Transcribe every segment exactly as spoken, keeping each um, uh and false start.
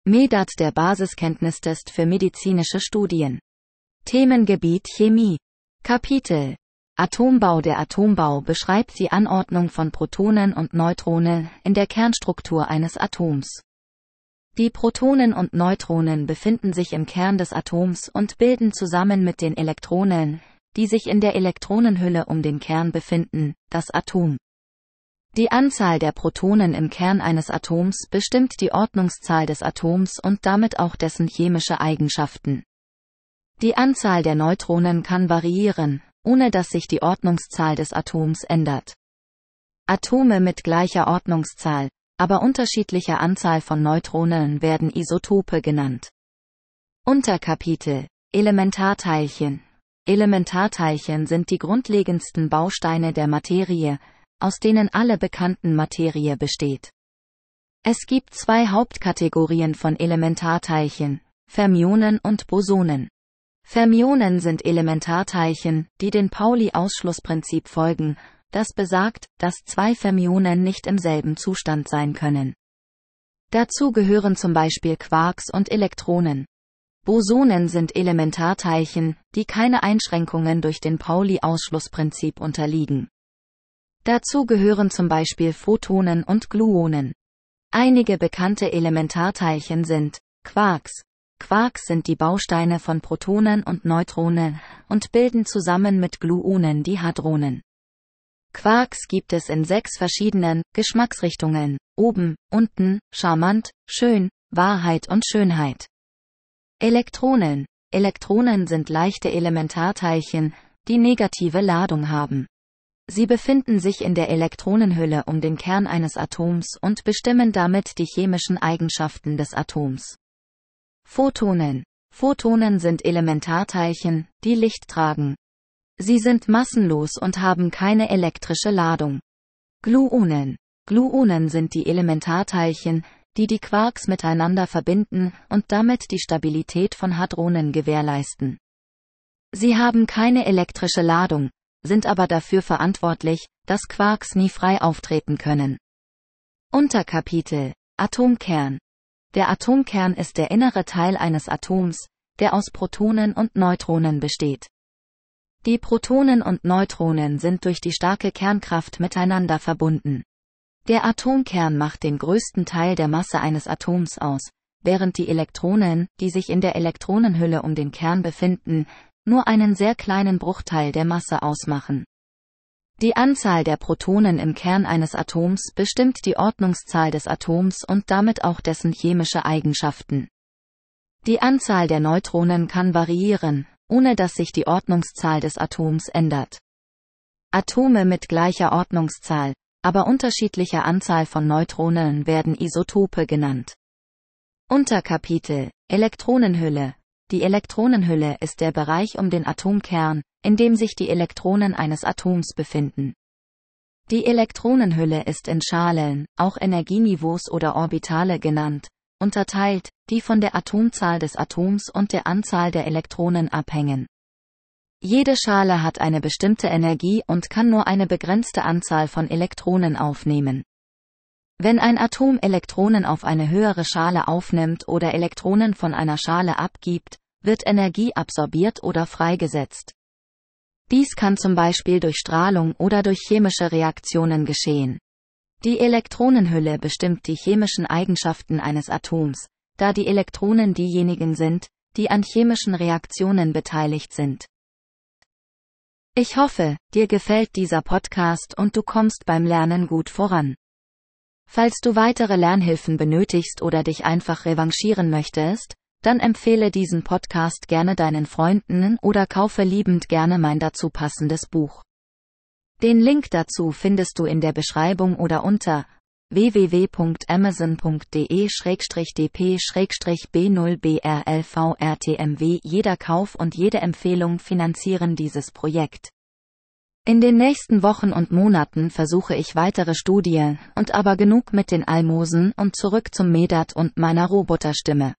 MEDAT, der Basiskenntnistest für medizinische Studien. Themengebiet Chemie. Kapitel Atombau. Der Atombau beschreibt die Anordnung von Protonen und Neutronen in der Kernstruktur eines Atoms. Die Protonen und Neutronen befinden sich im Kern des Atoms und bilden zusammen mit den Elektronen, die sich in der Elektronenhülle um den Kern befinden, das Atom. Die Anzahl der Protonen im Kern eines Atoms bestimmt die Ordnungszahl des Atoms und damit auch dessen chemische Eigenschaften. Die Anzahl der Neutronen kann variieren, ohne dass sich die Ordnungszahl des Atoms ändert. Atome mit gleicher Ordnungszahl, aber unterschiedlicher Anzahl von Neutronen werden Isotope genannt. Unterkapitel Elementarteilchen. Elementarteilchen sind die grundlegendsten Bausteine der Materie, aus denen alle bekannten Materie besteht. Es gibt zwei Hauptkategorien von Elementarteilchen, Fermionen und Bosonen. Fermionen sind Elementarteilchen, die dem Pauli-Ausschlussprinzip folgen, das besagt, dass zwei Fermionen nicht im selben Zustand sein können. Dazu gehören zum Beispiel Quarks und Elektronen. Bosonen sind Elementarteilchen, die keine Einschränkungen durch den Pauli-Ausschlussprinzip unterliegen. Dazu gehören zum Beispiel Photonen und Gluonen. Einige bekannte Elementarteilchen sind Quarks. Quarks sind die Bausteine von Protonen und Neutronen und bilden zusammen mit Gluonen die Hadronen. Quarks gibt es in sechs verschiedenen Geschmacksrichtungen: oben, unten, charmant, schön, Wahrheit und Schönheit. Elektronen. Elektronen sind leichte Elementarteilchen, die negative Ladung haben. Sie befinden sich in der Elektronenhülle um den Kern eines Atoms und bestimmen damit die chemischen Eigenschaften des Atoms. Photonen. Photonen sind Elementarteilchen, die Licht tragen. Sie sind massenlos und haben keine elektrische Ladung. Gluonen. Gluonen sind die Elementarteilchen, die die Quarks miteinander verbinden und damit die Stabilität von Hadronen gewährleisten. Sie haben keine elektrische Ladung, sind aber dafür verantwortlich, dass Quarks nie frei auftreten können. Unterkapitel Atomkern. Der Atomkern ist der innere Teil eines Atoms, der aus Protonen und Neutronen besteht. Die Protonen und Neutronen sind durch die starke Kernkraft miteinander verbunden. Der Atomkern macht den größten Teil der Masse eines Atoms aus, während die Elektronen, die sich in der Elektronenhülle um den Kern befinden, nur einen sehr kleinen Bruchteil der Masse ausmachen. Die Anzahl der Protonen im Kern eines Atoms bestimmt die Ordnungszahl des Atoms und damit auch dessen chemische Eigenschaften. Die Anzahl der Neutronen kann variieren, ohne dass sich die Ordnungszahl des Atoms ändert. Atome mit gleicher Ordnungszahl, aber unterschiedlicher Anzahl von Neutronen werden Isotope genannt. Unterkapitel Elektronenhülle. Die Elektronenhülle ist der Bereich um den Atomkern, in dem sich die Elektronen eines Atoms befinden. Die Elektronenhülle ist in Schalen, auch Energieniveaus oder Orbitale genannt, unterteilt, die von der Atomzahl des Atoms und der Anzahl der Elektronen abhängen. Jede Schale hat eine bestimmte Energie und kann nur eine begrenzte Anzahl von Elektronen aufnehmen. Wenn ein Atom Elektronen auf eine höhere Schale aufnimmt oder Elektronen von einer Schale abgibt, wird Energie absorbiert oder freigesetzt. Dies kann zum Beispiel durch Strahlung oder durch chemische Reaktionen geschehen. Die Elektronenhülle bestimmt die chemischen Eigenschaften eines Atoms, da die Elektronen diejenigen sind, die an chemischen Reaktionen beteiligt sind. Ich hoffe, dir gefällt dieser Podcast und du kommst beim Lernen gut voran. Falls du weitere Lernhilfen benötigst oder dich einfach revanchieren möchtest, dann empfehle diesen Podcast gerne deinen Freunden oder kaufe liebend gerne mein dazu passendes Buch. Den Link dazu findest du in der Beschreibung oder unter w w w punkt amazon punkt de slash d p slash b null b r l v r t m w. Jeder Kauf und jede Empfehlung finanzieren dieses Projekt. In den nächsten Wochen und Monaten versuche ich weitere Studien, und aber genug mit den Almosen und zurück zum MEDAT und meiner Roboterstimme.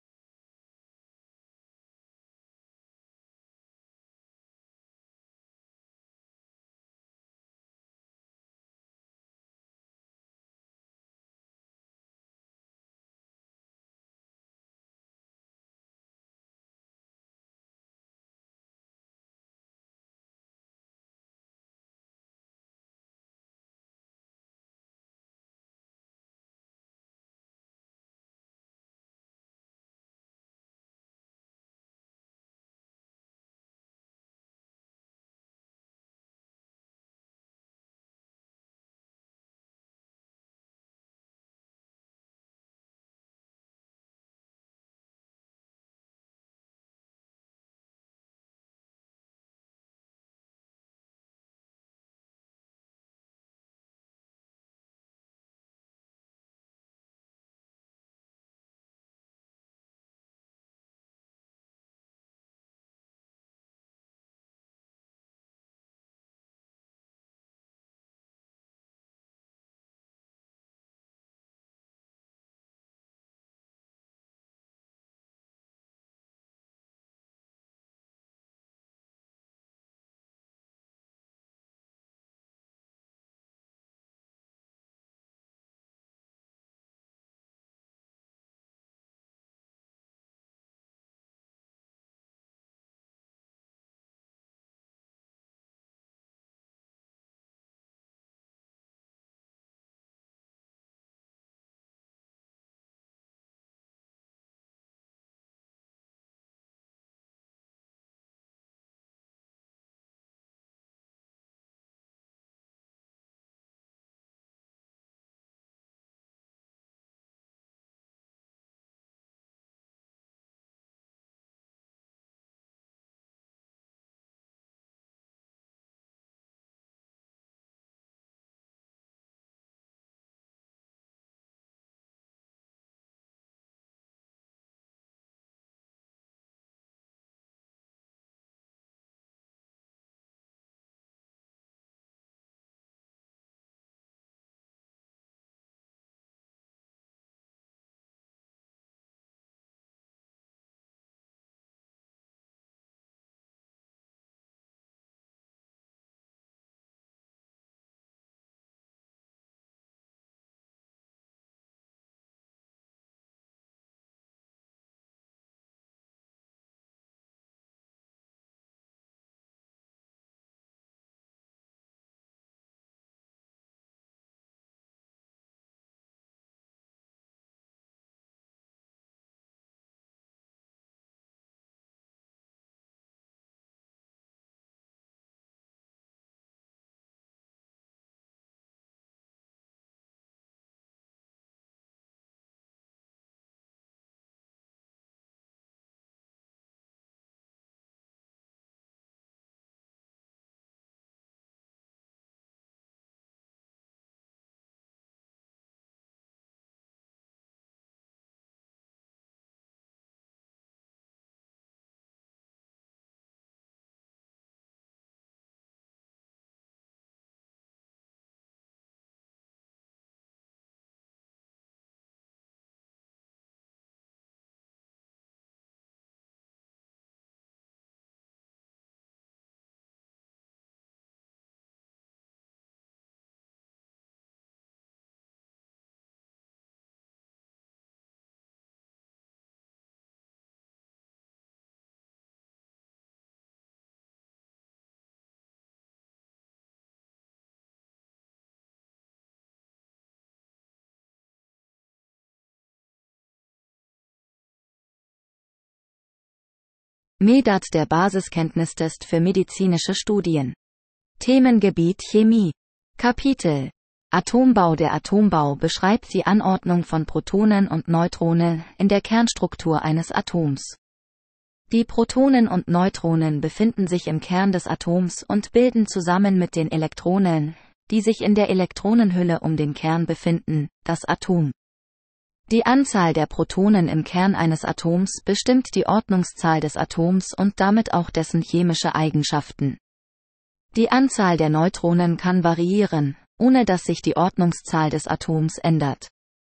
MEDAT, der Basiskenntnistest für medizinische Studien. Themengebiet Chemie. Kapitel Atombau. Der Atombau beschreibt die Anordnung von Protonen und Neutronen in der Kernstruktur eines Atoms. Die Protonen und Neutronen befinden sich im Kern des Atoms und bilden zusammen mit den Elektronen, die sich in der Elektronenhülle um den Kern befinden, das Atom. Die Anzahl der Protonen im Kern eines Atoms bestimmt die Ordnungszahl des Atoms und damit auch dessen chemische Eigenschaften. Die Anzahl der Neutronen kann variieren, ohne dass sich die Ordnungszahl des Atoms ändert.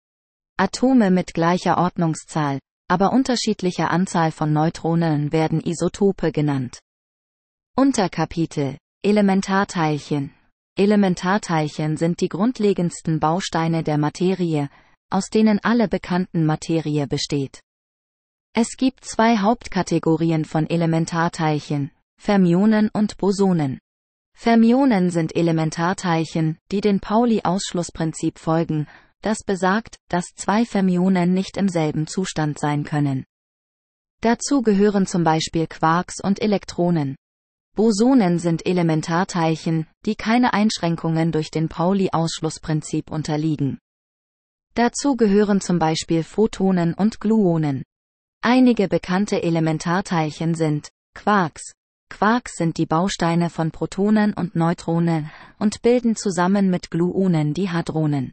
Atome mit gleicher Ordnungszahl, aber unterschiedlicher Anzahl von Neutronen werden Isotope genannt. Unterkapitel Elementarteilchen. Elementarteilchen sind die grundlegendsten Bausteine der Materie, aus denen alle bekannten Materie besteht. Es gibt zwei Hauptkategorien von Elementarteilchen, Fermionen und Bosonen. Fermionen sind Elementarteilchen, die dem Pauli-Ausschlussprinzip folgen, das besagt, dass zwei Fermionen nicht im selben Zustand sein können. Dazu gehören zum Beispiel Quarks und Elektronen. Bosonen sind Elementarteilchen, die keine Einschränkungen durch den Pauli-Ausschlussprinzip unterliegen. Dazu gehören zum Beispiel Photonen und Gluonen. Einige bekannte Elementarteilchen sind Quarks. Quarks sind die Bausteine von Protonen und Neutronen und bilden zusammen mit Gluonen die Hadronen.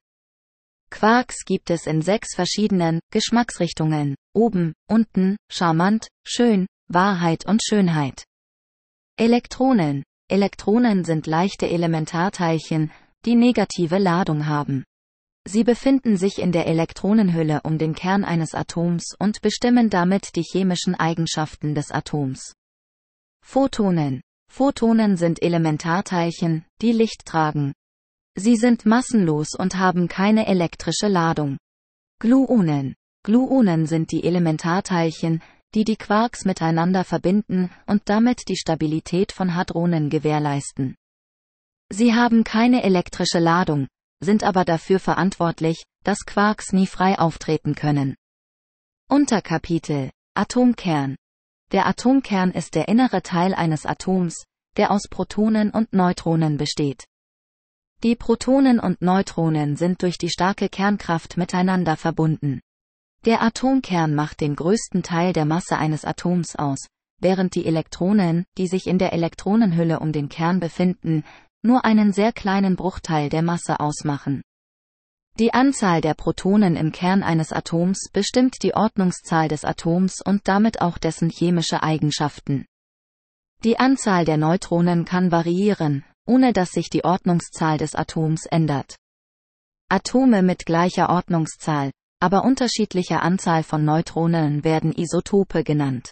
Quarks gibt es in sechs verschiedenen Geschmacksrichtungen: oben, unten, charmant, schön, Wahrheit und Schönheit. Elektronen. Elektronen sind leichte Elementarteilchen, die negative Ladung haben. Sie befinden sich in der Elektronenhülle um den Kern eines Atoms und bestimmen damit die chemischen Eigenschaften des Atoms. Photonen. Photonen sind Elementarteilchen, die Licht tragen. Sie sind massenlos und haben keine elektrische Ladung. Gluonen. Gluonen sind die Elementarteilchen, die die Quarks miteinander verbinden und damit die Stabilität von Hadronen gewährleisten. Sie haben keine elektrische Ladung, sind aber dafür verantwortlich, dass Quarks nie frei auftreten können. Unterkapitel Atomkern. Der Atomkern ist der innere Teil eines Atoms, der aus Protonen und Neutronen besteht. Die Protonen und Neutronen sind durch die starke Kernkraft miteinander verbunden. Der Atomkern macht den größten Teil der Masse eines Atoms aus, während die Elektronen, die sich in der Elektronenhülle um den Kern befinden, nur einen sehr kleinen Bruchteil der Masse ausmachen. Die Anzahl der Protonen im Kern eines Atoms bestimmt die Ordnungszahl des Atoms und damit auch dessen chemische Eigenschaften. Die Anzahl der Neutronen kann variieren, ohne dass sich die Ordnungszahl des Atoms ändert. Atome mit gleicher Ordnungszahl, aber unterschiedlicher Anzahl von Neutronen werden Isotope genannt.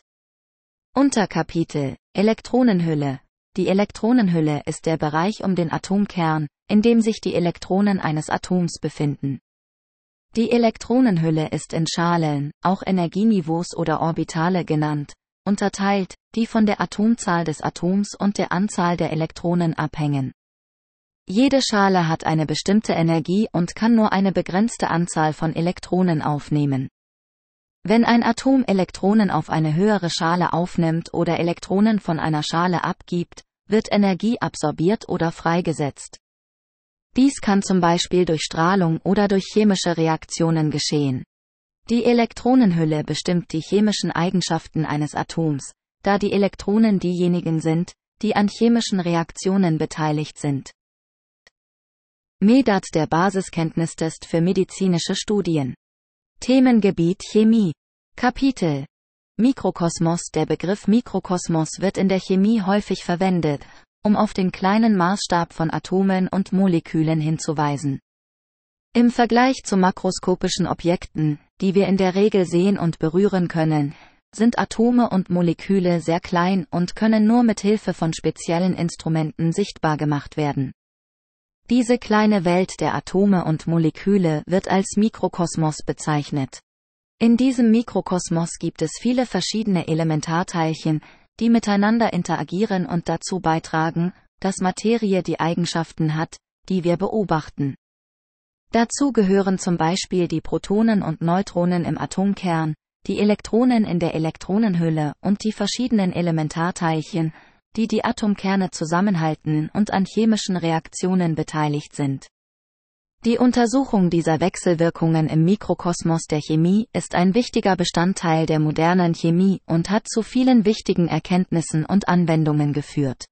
Unterkapitel Elektronenhülle. Die Elektronenhülle ist der Bereich um den Atomkern, in dem sich die Elektronen eines Atoms befinden. Die Elektronenhülle ist in Schalen, auch Energieniveaus oder Orbitale genannt, unterteilt, die von der Atomzahl des Atoms und der Anzahl der Elektronen abhängen. Jede Schale hat eine bestimmte Energie und kann nur eine begrenzte Anzahl von Elektronen aufnehmen. Wenn ein Atom Elektronen auf eine höhere Schale aufnimmt oder Elektronen von einer Schale abgibt, wird Energie absorbiert oder freigesetzt. Dies kann zum Beispiel durch Strahlung oder durch chemische Reaktionen geschehen. Die Elektronenhülle bestimmt die chemischen Eigenschaften eines Atoms, da die Elektronen diejenigen sind, die an chemischen Reaktionen beteiligt sind. MEDAT, der Basiskenntnistest für medizinische Studien. Themengebiet Chemie. Kapitel Mikrokosmos. Der Begriff Mikrokosmos wird in der Chemie häufig verwendet, um auf den kleinen Maßstab von Atomen und Molekülen hinzuweisen. Im Vergleich zu makroskopischen Objekten, die wir in der Regel sehen und berühren können, sind Atome und Moleküle sehr klein und können nur mit Hilfe von speziellen Instrumenten sichtbar gemacht werden. Diese kleine Welt der Atome und Moleküle wird als Mikrokosmos bezeichnet. In diesem Mikrokosmos gibt es viele verschiedene Elementarteilchen, die miteinander interagieren und dazu beitragen, dass Materie die Eigenschaften hat, die wir beobachten. Dazu gehören zum Beispiel die Protonen und Neutronen im Atomkern, die Elektronen in der Elektronenhülle und die verschiedenen Elementarteilchen, die die Atomkerne zusammenhalten und an chemischen Reaktionen beteiligt sind. Die Untersuchung dieser Wechselwirkungen im Mikrokosmos der Chemie ist ein wichtiger Bestandteil der modernen Chemie und hat zu vielen wichtigen Erkenntnissen und Anwendungen geführt.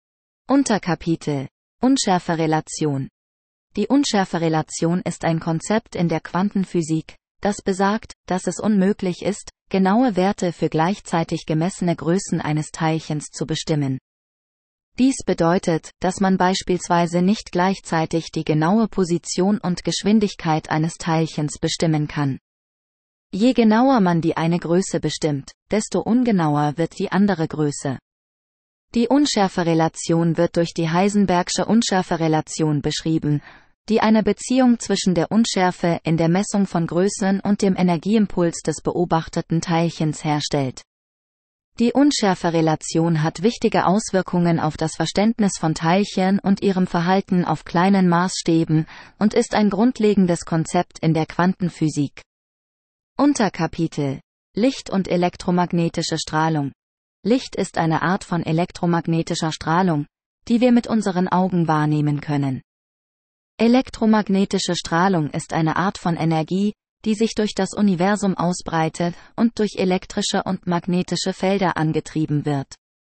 Unterkapitel: Unschärferelation. Die Unschärferelation ist ein Konzept in der Quantenphysik, das besagt, dass es unmöglich ist, genaue Werte für gleichzeitig gemessene Größen eines Teilchens zu bestimmen. Dies bedeutet, dass man beispielsweise nicht gleichzeitig die genaue Position und Geschwindigkeit eines Teilchens bestimmen kann. Je genauer man die eine Größe bestimmt, desto ungenauer wird die andere Größe. Die Unschärferelation wird durch die Heisenbergsche Unschärferelation beschrieben, die eine Beziehung zwischen der Unschärfe in der Messung von Größen und dem Energieimpuls des beobachteten Teilchens herstellt. Die Unschärferelation hat wichtige Auswirkungen auf das Verständnis von Teilchen und ihrem Verhalten auf kleinen Maßstäben und ist ein grundlegendes Konzept in der Quantenphysik. Unterkapitel: Licht und elektromagnetische Strahlung. Licht ist eine Art von elektromagnetischer Strahlung, die wir mit unseren Augen wahrnehmen können. Elektromagnetische Strahlung ist eine Art von Energie, die sich durch das Universum ausbreitet und durch elektrische und magnetische Felder angetrieben wird.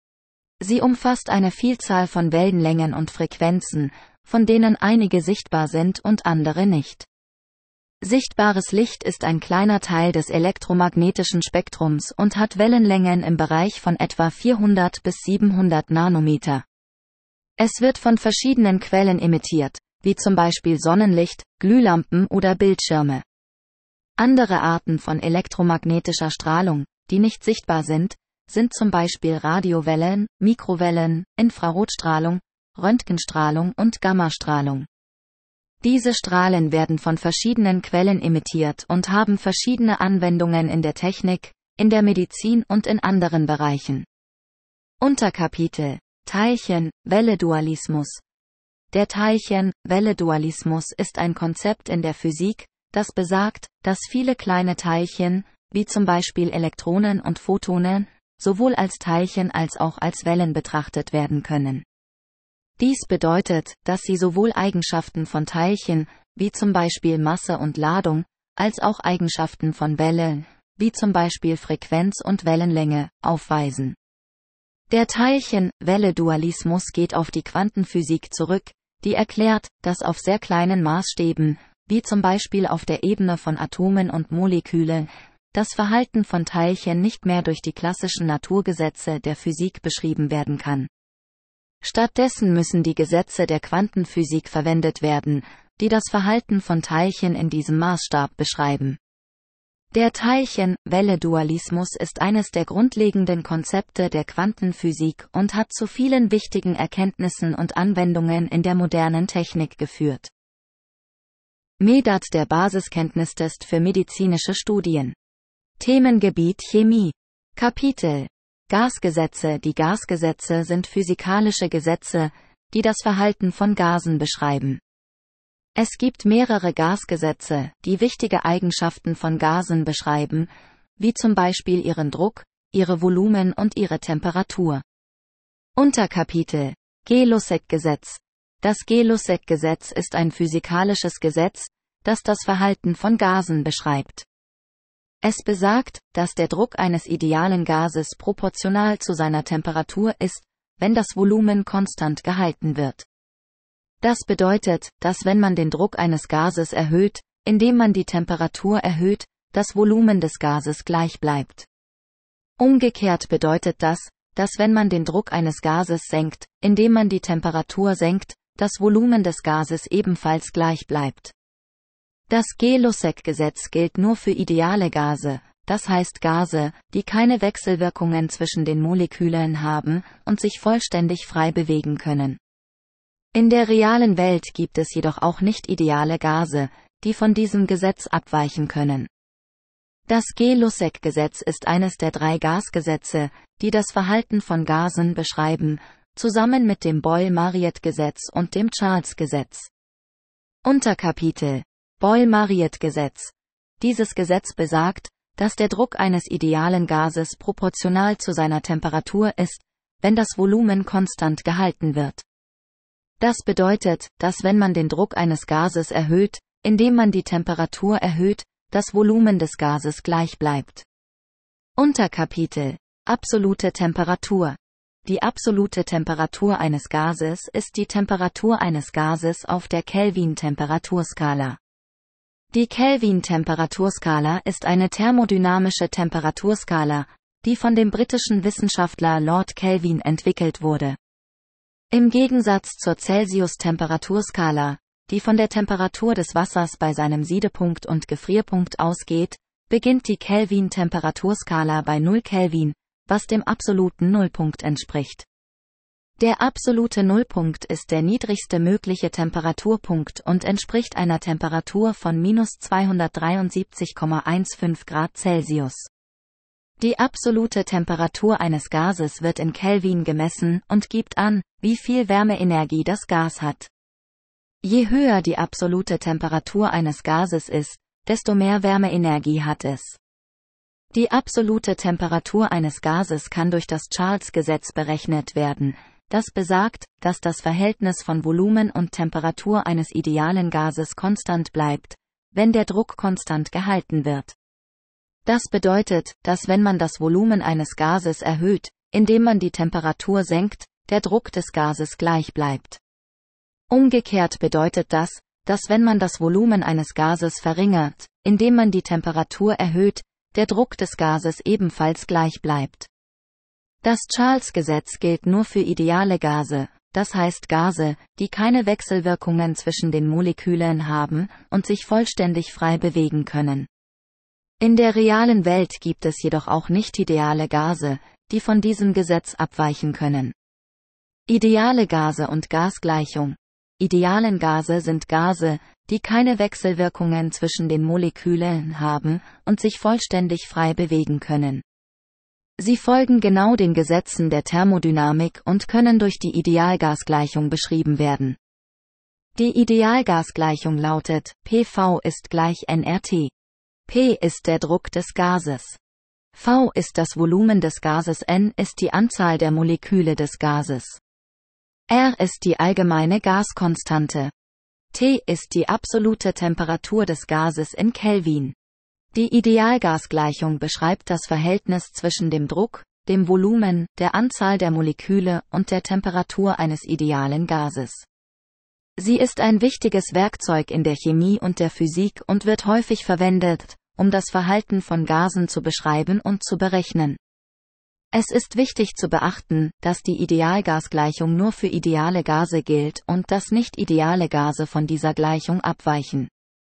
Sie umfasst eine Vielzahl von Wellenlängen und Frequenzen, von denen einige sichtbar sind und andere nicht. Sichtbares Licht ist ein kleiner Teil des elektromagnetischen Spektrums und hat Wellenlängen im Bereich von etwa vierhundert bis siebenhundert Nanometer. Es wird von verschiedenen Quellen emittiert, wie zum Beispiel Sonnenlicht, Glühlampen oder Bildschirme. Andere Arten von elektromagnetischer Strahlung, die nicht sichtbar sind, sind zum Beispiel Radiowellen, Mikrowellen, Infrarotstrahlung, Röntgenstrahlung und Gammastrahlung. Diese Strahlen werden von verschiedenen Quellen emittiert und haben verschiedene Anwendungen in der Technik, in der Medizin und in anderen Bereichen. Unterkapitel: Teilchen-Welle-Dualismus. Der Teilchen-Welle-Dualismus ist ein Konzept in der Physik, das besagt, dass viele kleine Teilchen, wie zum Beispiel Elektronen und Photonen, sowohl als Teilchen als auch als Wellen betrachtet werden können. Dies bedeutet, dass sie sowohl Eigenschaften von Teilchen, wie zum Beispiel Masse und Ladung, als auch Eigenschaften von Wellen, wie zum Beispiel Frequenz und Wellenlänge, aufweisen. Der Teilchen-Welle-Dualismus geht auf die Quantenphysik zurück, die erklärt, dass auf sehr kleinen Maßstäben, wie zum Beispiel auf der Ebene von Atomen und Molekülen, das Verhalten von Teilchen nicht mehr durch die klassischen Naturgesetze der Physik beschrieben werden kann. Stattdessen müssen die Gesetze der Quantenphysik verwendet werden, die das Verhalten von Teilchen in diesem Maßstab beschreiben. Der Teilchen-Welle-Dualismus ist eines der grundlegenden Konzepte der Quantenphysik und hat zu vielen wichtigen Erkenntnissen und Anwendungen in der modernen Technik geführt. MEDAT, der Basiskenntnistest für medizinische Studien. Themengebiet Chemie. Kapitel: Gasgesetze. Die Gasgesetze sind physikalische Gesetze, die das Verhalten von Gasen beschreiben. Es gibt mehrere Gasgesetze, die wichtige Eigenschaften von Gasen beschreiben, wie zum Beispiel ihren Druck, ihre Volumen und ihre Temperatur. Unterkapitel: Gay-Lussac-Gesetz. Das Gay-Lussac-Gesetz ist ein physikalisches Gesetz, das das Verhalten von Gasen beschreibt. Es besagt, dass der Druck eines idealen Gases proportional zu seiner Temperatur ist, wenn das Volumen konstant gehalten wird. Das bedeutet, dass wenn man den Druck eines Gases erhöht, indem man die Temperatur erhöht, das Volumen des Gases gleich bleibt. Umgekehrt bedeutet das, dass wenn man den Druck eines Gases senkt, indem man die Temperatur senkt, das Volumen des Gases ebenfalls gleich bleibt. Das Gay-Lussac-Gesetz gilt nur für ideale Gase, das heißt Gase, die keine Wechselwirkungen zwischen den Molekülen haben und sich vollständig frei bewegen können. In der realen Welt gibt es jedoch auch nicht ideale Gase, die von diesem Gesetz abweichen können. Das Gay-Lussac-Gesetz ist eines der drei Gasgesetze, die das Verhalten von Gasen beschreiben, zusammen mit dem Boyle-Mariotte-Gesetz und dem Charles-Gesetz. Unterkapitel: Boyle-Mariotte-Gesetz. Dieses Gesetz besagt, dass der Druck eines idealen Gases proportional zu seiner Temperatur ist, wenn das Volumen konstant gehalten wird. Das bedeutet, dass wenn man den Druck eines Gases erhöht, indem man die Temperatur erhöht, das Volumen des Gases gleich bleibt. Unterkapitel: Absolute Temperatur. Die absolute Temperatur eines Gases ist die Temperatur eines Gases auf der Kelvin-Temperaturskala. Die Kelvin-Temperaturskala ist eine thermodynamische Temperaturskala, die von dem britischen Wissenschaftler Lord Kelvin entwickelt wurde. Im Gegensatz zur Celsius-Temperaturskala, die von der Temperatur des Wassers bei seinem Siedepunkt und Gefrierpunkt ausgeht, beginnt die Kelvin-Temperaturskala bei null Kelvin, was dem absoluten Nullpunkt entspricht. Der absolute Nullpunkt ist der niedrigste mögliche Temperaturpunkt und entspricht einer Temperatur von minus zweihundertdreiundsiebzig Komma fünfzehn Grad Celsius. Die absolute Temperatur eines Gases wird in Kelvin gemessen und gibt an, wie viel Wärmeenergie das Gas hat. Je höher die absolute Temperatur eines Gases ist, desto mehr Wärmeenergie hat es. Die absolute Temperatur eines Gases kann durch das Charles-Gesetz berechnet werden, das besagt, dass das Verhältnis von Volumen und Temperatur eines idealen Gases konstant bleibt, wenn der Druck konstant gehalten wird. Das bedeutet, dass wenn man das Volumen eines Gases erhöht, indem man die Temperatur senkt, der Druck des Gases gleich bleibt. Umgekehrt bedeutet das, dass wenn man das Volumen eines Gases verringert, indem man die Temperatur erhöht, der Druck des Gases ebenfalls gleich bleibt. Das Charles-Gesetz gilt nur für ideale Gase, das heißt Gase, die keine Wechselwirkungen zwischen den Molekülen haben und sich vollständig frei bewegen können. In der realen Welt gibt es jedoch auch nicht-ideale Gase, die von diesem Gesetz abweichen können. Ideale Gase und Gasgleichung. Idealen Gase sind Gase, die keine Wechselwirkungen zwischen den Molekülen haben und sich vollständig frei bewegen können. Sie folgen genau den Gesetzen der Thermodynamik und können durch die Idealgasgleichung beschrieben werden. Die Idealgasgleichung lautet, P V ist gleich N R T. P ist der Druck des Gases. V ist das Volumen des Gases, N ist die Anzahl der Moleküle des Gases. R ist die allgemeine Gaskonstante. T ist die absolute Temperatur des Gases in Kelvin. Die Idealgasgleichung beschreibt das Verhältnis zwischen dem Druck, dem Volumen, der Anzahl der Moleküle und der Temperatur eines idealen Gases. Sie ist ein wichtiges Werkzeug in der Chemie und der Physik und wird häufig verwendet, um das Verhalten von Gasen zu beschreiben und zu berechnen. Es ist wichtig zu beachten, dass die Idealgasgleichung nur für ideale Gase gilt und dass nicht ideale Gase von dieser Gleichung abweichen.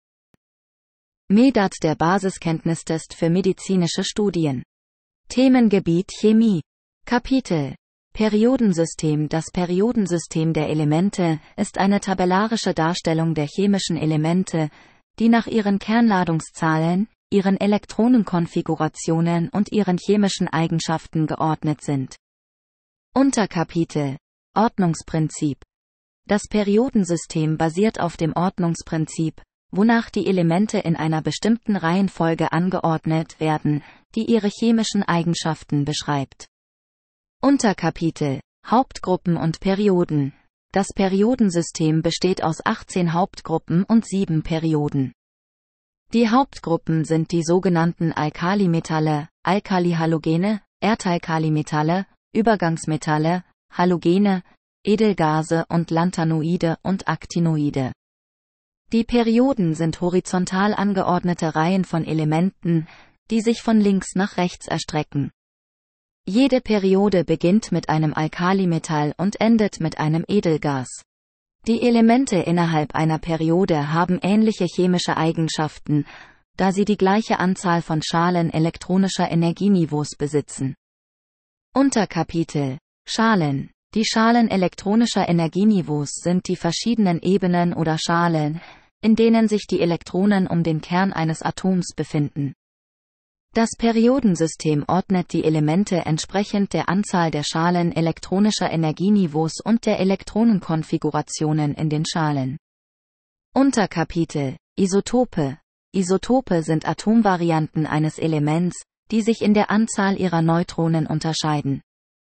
MEDAT, der Basiskenntnistest für medizinische Studien. Themengebiet Chemie. Kapitel: Periodensystem. Das Periodensystem der Elemente ist eine tabellarische Darstellung der chemischen Elemente, die nach ihren Kernladungszahlen, ihren Elektronenkonfigurationen und ihren chemischen Eigenschaften geordnet sind. Unterkapitel: Ordnungsprinzip. Das Periodensystem basiert auf dem Ordnungsprinzip, wonach die Elemente in einer bestimmten Reihenfolge angeordnet werden, die ihre chemischen Eigenschaften beschreibt. Unterkapitel: Hauptgruppen und Perioden. Das Periodensystem besteht aus achtzehn Hauptgruppen und sieben Perioden. Die Hauptgruppen sind die sogenannten Alkalimetalle, Alkalihalogene, Erdalkalimetalle, Übergangsmetalle, Halogene, Edelgase und Lanthanoide und Actinoide. Die Perioden sind horizontal angeordnete Reihen von Elementen, die sich von links nach rechts erstrecken. Jede Periode beginnt mit einem Alkalimetall und endet mit einem Edelgas. Die Elemente innerhalb einer Periode haben ähnliche chemische Eigenschaften, da sie die gleiche Anzahl von Schalen elektronischer Energieniveaus besitzen. Unterkapitel: Schalen. Die Schalen elektronischer Energieniveaus sind die verschiedenen Ebenen oder Schalen, in denen sich die Elektronen um den Kern eines Atoms befinden. Das Periodensystem ordnet die Elemente entsprechend der Anzahl der Schalen elektronischer Energieniveaus und der Elektronenkonfigurationen in den Schalen. Unterkapitel: Isotope. Isotope sind Atomvarianten eines Elements, die sich in der Anzahl ihrer Neutronen unterscheiden.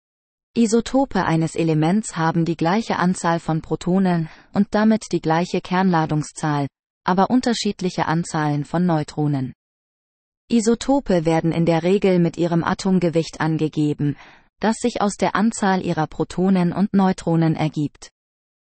Isotope eines Elements haben die gleiche Anzahl von Protonen und damit die gleiche Kernladungszahl, aber unterschiedliche Anzahlen von Neutronen. Isotope werden in der Regel mit ihrem Atomgewicht angegeben, das sich aus der Anzahl ihrer Protonen und Neutronen ergibt.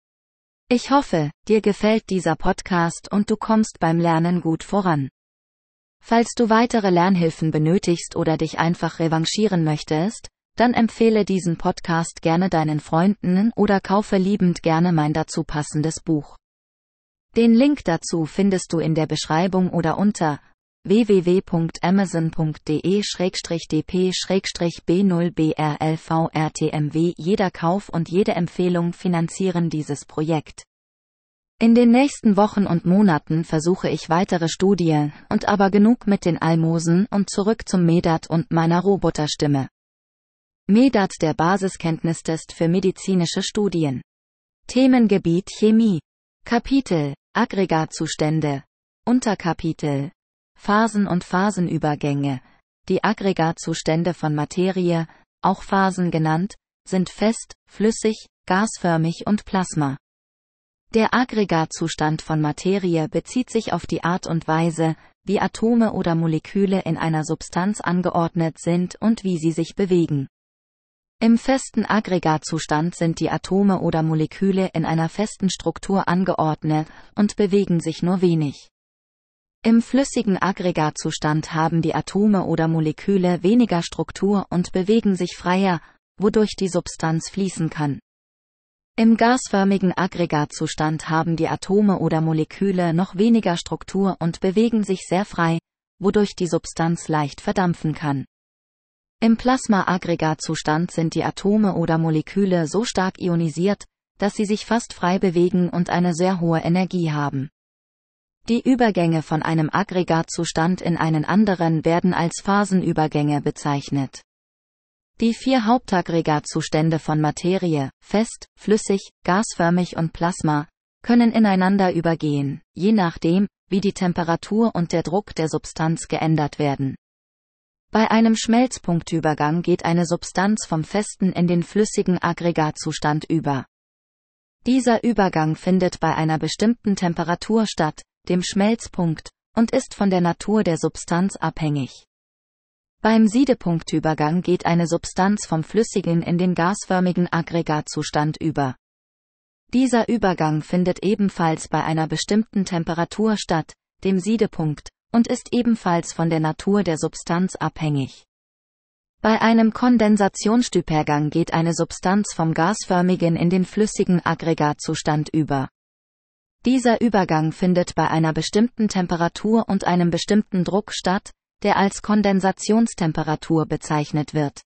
Ich hoffe, dir gefällt dieser Podcast und du kommst beim Lernen gut voran. Falls du weitere Lernhilfen benötigst oder dich einfach revanchieren möchtest, dann empfehle diesen Podcast gerne deinen Freunden oder kaufe liebend gerne mein dazu passendes Buch. Den Link dazu findest du in der Beschreibung oder unter w w w punkt amazon punkt de slash d p slash b null b r l v r t m w. Jeder Kauf und jede Empfehlung finanzieren dieses Projekt. In den nächsten Wochen und Monaten versuche ich weitere Studien, und aber genug mit den Almosen und zurück zum MEDAT und meiner Roboterstimme. MEDAT, der Basiskenntnistest für medizinische Studien. Themengebiet Chemie. Kapitel Aggregatzustände. Unterkapitel Phasen und Phasenübergänge. Die Aggregatzustände von Materie, auch Phasen genannt, sind fest, flüssig, gasförmig und Plasma. Der Aggregatzustand von Materie bezieht sich auf die Art und Weise, wie Atome oder Moleküle in einer Substanz angeordnet sind und wie sie sich bewegen. Im festen Aggregatzustand sind die Atome oder Moleküle in einer festen Struktur angeordnet und bewegen sich nur wenig. Im flüssigen Aggregatzustand haben die Atome oder Moleküle weniger Struktur und bewegen sich freier, wodurch die Substanz fließen kann. Im gasförmigen Aggregatzustand haben die Atome oder Moleküle noch weniger Struktur und bewegen sich sehr frei, wodurch die Substanz leicht verdampfen kann. Im Plasma-Aggregatzustand sind die Atome oder Moleküle so stark ionisiert, dass sie sich fast frei bewegen und eine sehr hohe Energie haben. Die Übergänge von einem Aggregatzustand in einen anderen werden als Phasenübergänge bezeichnet. Die vier Hauptaggregatzustände von Materie, fest, flüssig, gasförmig und Plasma, können ineinander übergehen, je nachdem, wie die Temperatur und der Druck der Substanz geändert werden. Bei einem Schmelzpunktübergang geht eine Substanz vom festen in den flüssigen Aggregatzustand über. Dieser Übergang findet bei einer bestimmten Temperatur statt, dem Schmelzpunkt, und ist von der Natur der Substanz abhängig. Beim Siedepunktübergang geht eine Substanz vom flüssigen in den gasförmigen Aggregatzustand über. Dieser Übergang findet ebenfalls bei einer bestimmten Temperatur statt, dem Siedepunkt, und ist ebenfalls von der Natur der Substanz abhängig. Bei einem Kondensationsübergang geht eine Substanz vom gasförmigen in den flüssigen Aggregatzustand über. Dieser Übergang findet bei einer bestimmten Temperatur und einem bestimmten Druck statt, der als Kondensationstemperatur bezeichnet wird.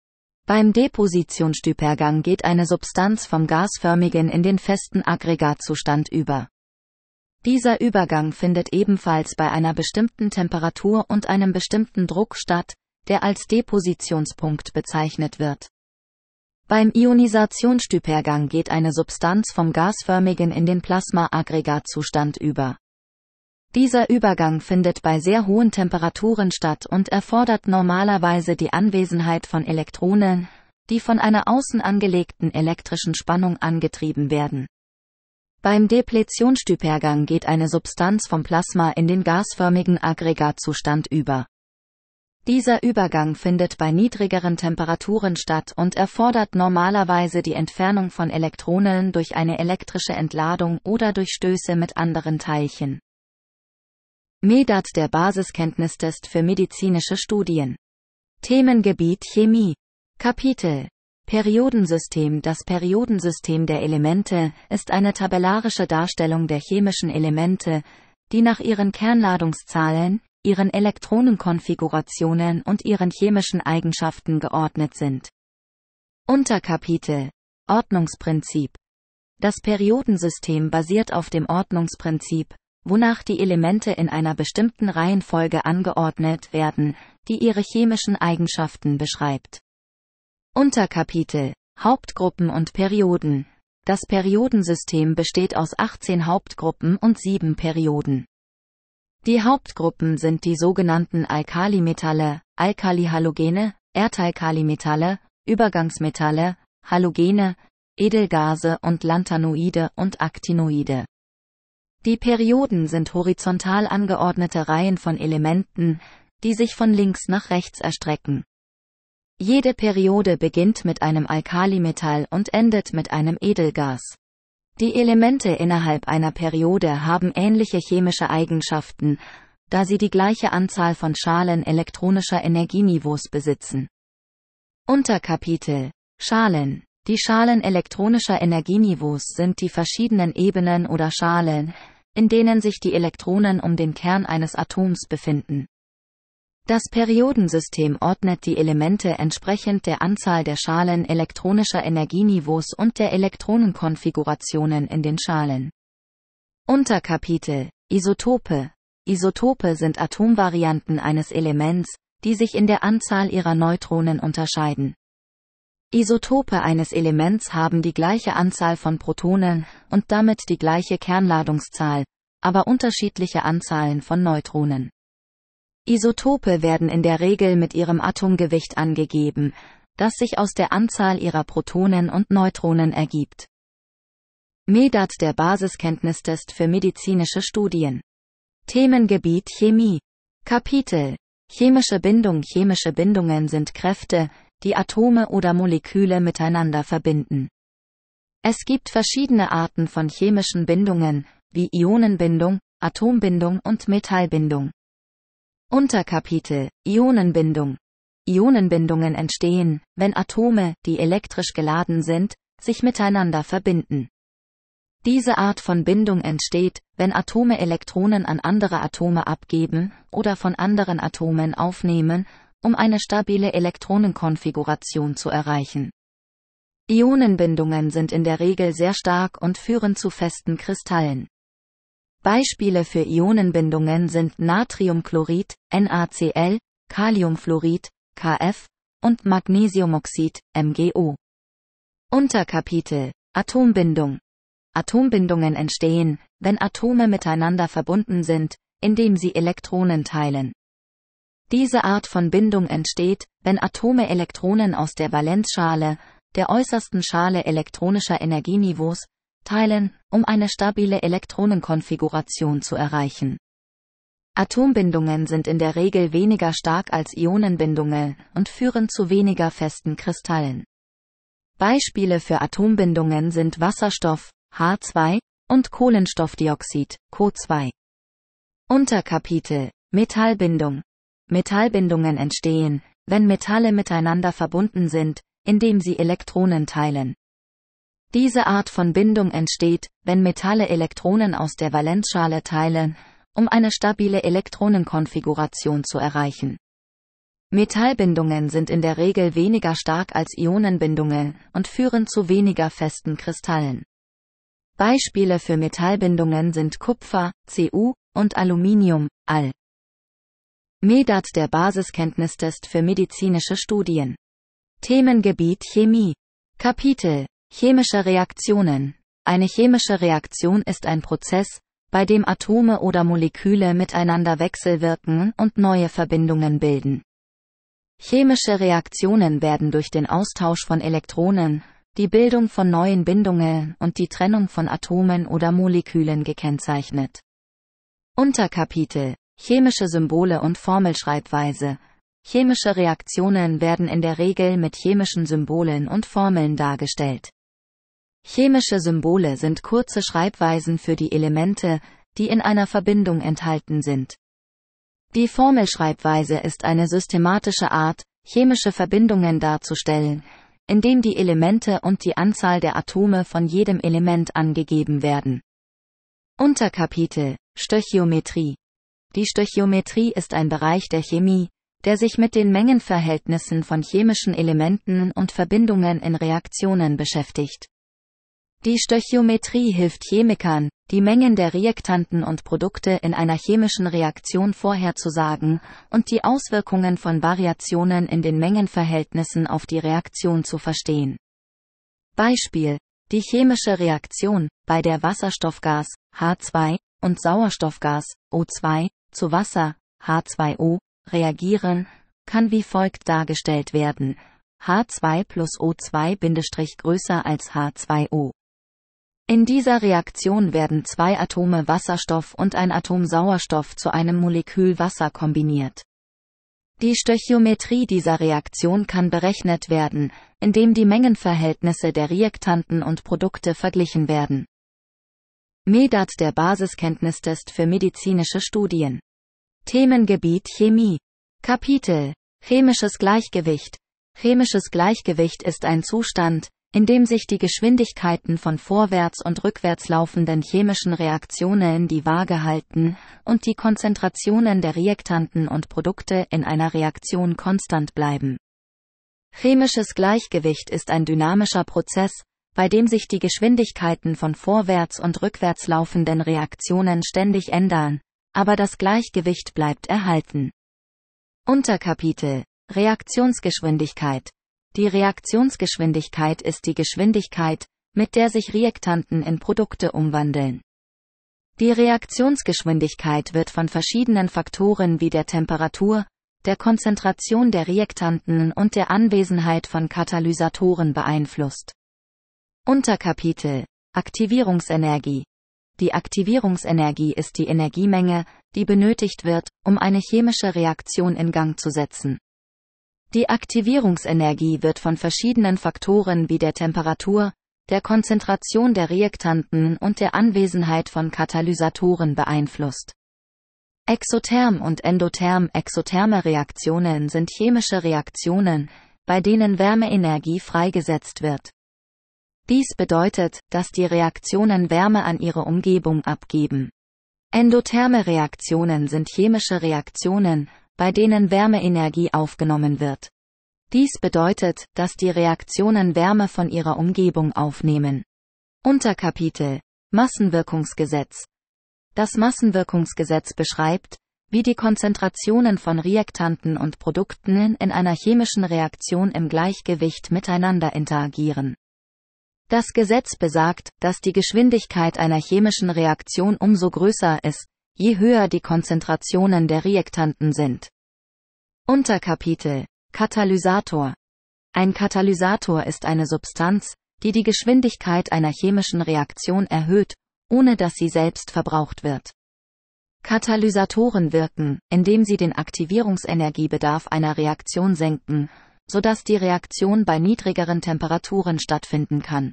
Beim Depositionsübergang geht eine Substanz vom gasförmigen in den festen Aggregatzustand über. Dieser Übergang findet ebenfalls bei einer bestimmten Temperatur und einem bestimmten Druck statt, der als Depositionspunkt bezeichnet wird. Beim Ionisationsübergang geht eine Substanz vom gasförmigen in den Plasma-Aggregatzustand über. Dieser Übergang findet bei sehr hohen Temperaturen statt und erfordert normalerweise die Anwesenheit von Elektronen, die von einer außen angelegten elektrischen Spannung angetrieben werden. Beim Depletionsübergang geht eine Substanz vom Plasma in den gasförmigen Aggregatzustand über. Dieser Übergang findet bei niedrigeren Temperaturen statt und erfordert normalerweise die Entfernung von Elektronen durch eine elektrische Entladung oder durch Stöße mit anderen Teilchen. MEDAT, der Basiskenntnistest für medizinische Studien. Themengebiet Chemie. Kapitel Periodensystem. Das Periodensystem der Elemente ist eine tabellarische Darstellung der chemischen Elemente, die nach ihren Kernladungszahlen, ihren Elektronenkonfigurationen und ihren chemischen Eigenschaften geordnet sind. Unterkapitel Ordnungsprinzip. Das Periodensystem basiert auf dem Ordnungsprinzip, wonach die Elemente in einer bestimmten Reihenfolge angeordnet werden, die ihre chemischen Eigenschaften beschreibt. Unterkapitel Hauptgruppen und Perioden. Das Periodensystem besteht aus achtzehn Hauptgruppen und sieben Perioden. Die Hauptgruppen sind die sogenannten Alkalimetalle, Alkalihalogene, Erdalkalimetalle, Übergangsmetalle, Halogene, Edelgase und Lanthanoide und Actinoide. Die Perioden sind horizontal angeordnete Reihen von Elementen, die sich von links nach rechts erstrecken. Jede Periode beginnt mit einem Alkalimetall und endet mit einem Edelgas. Die Elemente innerhalb einer Periode haben ähnliche chemische Eigenschaften, da sie die gleiche Anzahl von Schalen elektronischer Energieniveaus besitzen. Unterkapitel: Schalen. Die Schalen elektronischer Energieniveaus sind die verschiedenen Ebenen oder Schalen, in denen sich die Elektronen um den Kern eines Atoms befinden. Das Periodensystem ordnet die Elemente entsprechend der Anzahl der Schalen elektronischer Energieniveaus und der Elektronenkonfigurationen in den Schalen. Unterkapitel: Isotope. Isotope sind Atomvarianten eines Elements, die sich in der Anzahl ihrer Neutronen unterscheiden. Isotope eines Elements haben die gleiche Anzahl von Protonen und damit die gleiche Kernladungszahl, aber unterschiedliche Anzahlen von Neutronen. Isotope werden in der Regel mit ihrem Atomgewicht angegeben, das sich aus der Anzahl ihrer Protonen und Neutronen ergibt. MEDAT, der Basiskenntnistest für medizinische Studien. Themengebiet Chemie. Kapitel: Chemische Bindung. Chemische Bindungen sind Kräfte, die Atome oder Moleküle miteinander verbinden. Es gibt verschiedene Arten von chemischen Bindungen, wie Ionenbindung, Atombindung und Metallbindung. Unterkapitel: Ionenbindung. Ionenbindungen entstehen, wenn Atome, die elektrisch geladen sind, sich miteinander verbinden. Diese Art von Bindung entsteht, wenn Atome Elektronen an andere Atome abgeben oder von anderen Atomen aufnehmen, um eine stabile Elektronenkonfiguration zu erreichen. Ionenbindungen sind in der Regel sehr stark und führen zu festen Kristallen. Beispiele für Ionenbindungen sind Natriumchlorid, NaCl, Kaliumfluorid, K F, und Magnesiumoxid, M g O. Unterkapitel: Atombindung. Atombindungen entstehen, wenn Atome miteinander verbunden sind, indem sie Elektronen teilen. Diese Art von Bindung entsteht, wenn Atome Elektronen aus der Valenzschale, der äußersten Schale elektronischer Energieniveaus, teilen, um eine stabile Elektronenkonfiguration zu erreichen. Atombindungen sind in der Regel weniger stark als Ionenbindungen und führen zu weniger festen Kristallen. Beispiele für Atombindungen sind Wasserstoff, H zwei, und Kohlenstoffdioxid, C O zwei. Unterkapitel: Metallbindung. Metallbindungen entstehen, wenn Metalle miteinander verbunden sind, indem sie Elektronen teilen. Diese Art von Bindung entsteht, wenn Metalle Elektronen aus der Valenzschale teilen, um eine stabile Elektronenkonfiguration zu erreichen. Metallbindungen sind in der Regel weniger stark als Ionenbindungen und führen zu weniger festen Kristallen. Beispiele für Metallbindungen sind Kupfer, C u, und Aluminium, Al. MEDAT, der Basiskenntnistest für medizinische Studien. Themengebiet Chemie. Kapitel: Chemische Reaktionen. Eine chemische Reaktion ist ein Prozess, bei dem Atome oder Moleküle miteinander wechselwirken und neue Verbindungen bilden. Chemische Reaktionen werden durch den Austausch von Elektronen, die Bildung von neuen Bindungen und die Trennung von Atomen oder Molekülen gekennzeichnet. Unterkapitel: Chemische Symbole und Formelschreibweise. Chemische Reaktionen werden in der Regel mit chemischen Symbolen und Formeln dargestellt. Chemische Symbole sind kurze Schreibweisen für die Elemente, die in einer Verbindung enthalten sind. Die Formelschreibweise ist eine systematische Art, chemische Verbindungen darzustellen, indem die Elemente und die Anzahl der Atome von jedem Element angegeben werden. Unterkapitel: Stöchiometrie. Die Stöchiometrie ist ein Bereich der Chemie, der sich mit den Mengenverhältnissen von chemischen Elementen und Verbindungen in Reaktionen beschäftigt. Die Stöchiometrie hilft Chemikern, die Mengen der Reaktanten und Produkte in einer chemischen Reaktion vorherzusagen und die Auswirkungen von Variationen in den Mengenverhältnissen auf die Reaktion zu verstehen. Beispiel: Die chemische Reaktion, bei der Wasserstoffgas, H zwei, und Sauerstoffgas, O zwei, zu Wasser, H zwei O, reagieren, kann wie folgt dargestellt werden: H zwei plus O zwei größer als H zwei O. In dieser Reaktion werden zwei Atome Wasserstoff und ein Atom Sauerstoff zu einem Molekül Wasser kombiniert. Die Stöchiometrie dieser Reaktion kann berechnet werden, indem die Mengenverhältnisse der Reaktanten und Produkte verglichen werden. MEDAT, der Basiskenntnistest für medizinische Studien. Themengebiet Chemie. Kapitel: Chemisches Gleichgewicht. Chemisches Gleichgewicht ist ein Zustand, in dem sich die Geschwindigkeiten von vorwärts und rückwärts laufenden chemischen Reaktionen die Waage halten und die Konzentrationen der Reaktanten und Produkte in einer Reaktion konstant bleiben. Chemisches Gleichgewicht ist ein dynamischer Prozess, bei dem sich die Geschwindigkeiten von vorwärts und rückwärts laufenden Reaktionen ständig ändern, aber das Gleichgewicht bleibt erhalten. Unterkapitel: Reaktionsgeschwindigkeit. Die Reaktionsgeschwindigkeit ist die Geschwindigkeit, mit der sich Reaktanten in Produkte umwandeln. Die Reaktionsgeschwindigkeit wird von verschiedenen Faktoren wie der Temperatur, der Konzentration der Reaktanten und der Anwesenheit von Katalysatoren beeinflusst. Unterkapitel: Aktivierungsenergie. Die Aktivierungsenergie ist die Energiemenge, die benötigt wird, um eine chemische Reaktion in Gang zu setzen. Die Aktivierungsenergie wird von verschiedenen Faktoren wie der Temperatur, der Konzentration der Reaktanten und der Anwesenheit von Katalysatoren beeinflusst. Exotherm und Endotherm. Exotherme Reaktionen sind chemische Reaktionen, bei denen Wärmeenergie freigesetzt wird. Dies bedeutet, dass die Reaktionen Wärme an ihre Umgebung abgeben. Endotherme Reaktionen sind chemische Reaktionen, bei denen Wärmeenergie aufgenommen wird. Dies bedeutet, dass die Reaktionen Wärme von ihrer Umgebung aufnehmen. Unterkapitel: Massenwirkungsgesetz. Das Massenwirkungsgesetz beschreibt, wie die Konzentrationen von Reaktanten und Produkten in einer chemischen Reaktion im Gleichgewicht miteinander interagieren. Das Gesetz besagt, dass die Geschwindigkeit einer chemischen Reaktion umso größer ist, je höher die Konzentrationen der Reaktanten sind. Unterkapitel: Katalysator. Ein Katalysator ist eine Substanz, die die Geschwindigkeit einer chemischen Reaktion erhöht, ohne dass sie selbst verbraucht wird. Katalysatoren wirken, indem sie den Aktivierungsenergiebedarf einer Reaktion senken, sodass die Reaktion bei niedrigeren Temperaturen stattfinden kann.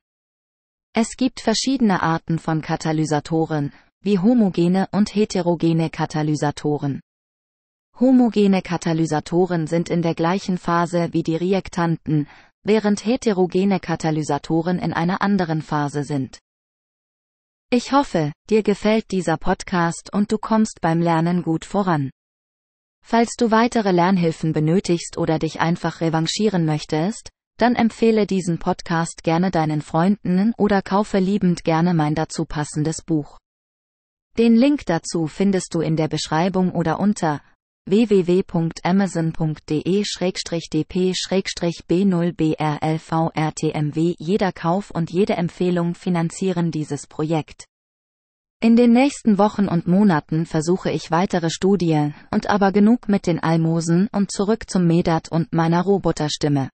Es gibt verschiedene Arten von Katalysatoren, wie homogene und heterogene Katalysatoren. Homogene Katalysatoren sind in der gleichen Phase wie die Reaktanten, während heterogene Katalysatoren in einer anderen Phase sind. Ich hoffe, dir gefällt dieser Podcast und du kommst beim Lernen gut voran. Falls du weitere Lernhilfen benötigst oder dich einfach revanchieren möchtest, dann empfehle diesen Podcast gerne deinen Freunden oder kaufe liebend gerne mein dazu passendes Buch. Den Link dazu findest du in der Beschreibung oder unter w w w punkt amazon punkt de slash d p slash b null b r l v r t m w. Jeder Kauf und jede Empfehlung finanzieren dieses Projekt. In den nächsten Wochen und Monaten versuche ich weitere Studien, und aber genug mit den Almosen und zurück zum MEDAT und meiner Roboterstimme.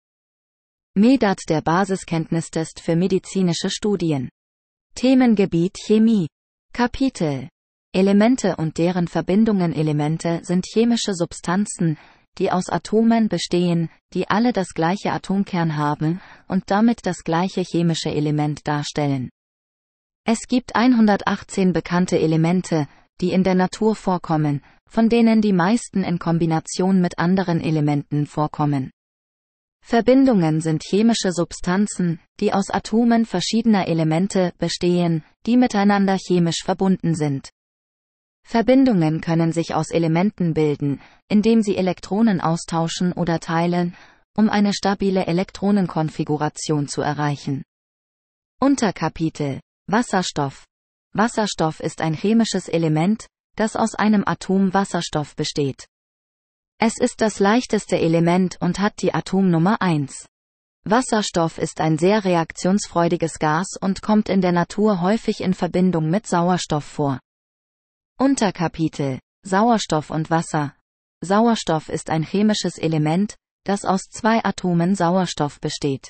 MEDAT, der Basiskenntnistest für medizinische Studien. Themengebiet Chemie. Kapitel: Elemente und deren Verbindungen. Elemente sind chemische Substanzen, die aus Atomen bestehen, die alle das gleiche Atomkern haben und damit das gleiche chemische Element darstellen. Es gibt hundertachtzehn bekannte Elemente, die in der Natur vorkommen, von denen die meisten in Kombination mit anderen Elementen vorkommen. Verbindungen sind chemische Substanzen, die aus Atomen verschiedener Elemente bestehen, die miteinander chemisch verbunden sind. Verbindungen können sich aus Elementen bilden, indem sie Elektronen austauschen oder teilen, um eine stabile Elektronenkonfiguration zu erreichen. Unterkapitel: Wasserstoff. Wasserstoff ist ein chemisches Element, das aus einem Atom Wasserstoff besteht. Es ist das leichteste Element und hat die Atomnummer eins. Wasserstoff ist ein sehr reaktionsfreudiges Gas und kommt in der Natur häufig in Verbindung mit Sauerstoff vor. Unterkapitel: Sauerstoff und Wasser. Sauerstoff ist ein chemisches Element, das aus zwei Atomen Sauerstoff besteht.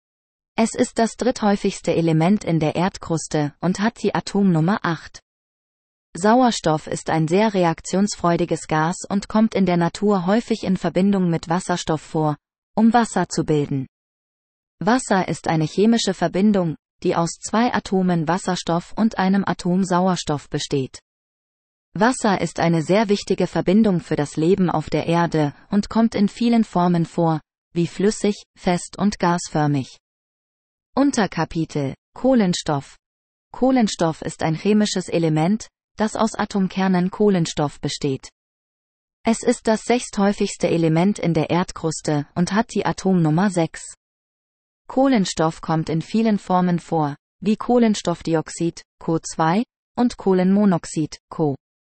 Es ist das dritthäufigste Element in der Erdkruste und hat die Atomnummer acht. Sauerstoff ist ein sehr reaktionsfreudiges Gas und kommt in der Natur häufig in Verbindung mit Wasserstoff vor, um Wasser zu bilden. Wasser ist eine chemische Verbindung, die aus zwei Atomen Wasserstoff und einem Atom Sauerstoff besteht. Wasser ist eine sehr wichtige Verbindung für das Leben auf der Erde und kommt in vielen Formen vor, wie flüssig, fest und gasförmig. Unterkapitel: Kohlenstoff. Kohlenstoff ist ein chemisches Element, das aus Atomkernen Kohlenstoff besteht. Es ist das sechsthäufigste Element in der Erdkruste und hat die Atomnummer sechs. Kohlenstoff kommt in vielen Formen vor, wie Kohlenstoffdioxid, Co zwei, und Kohlenmonoxid, Co.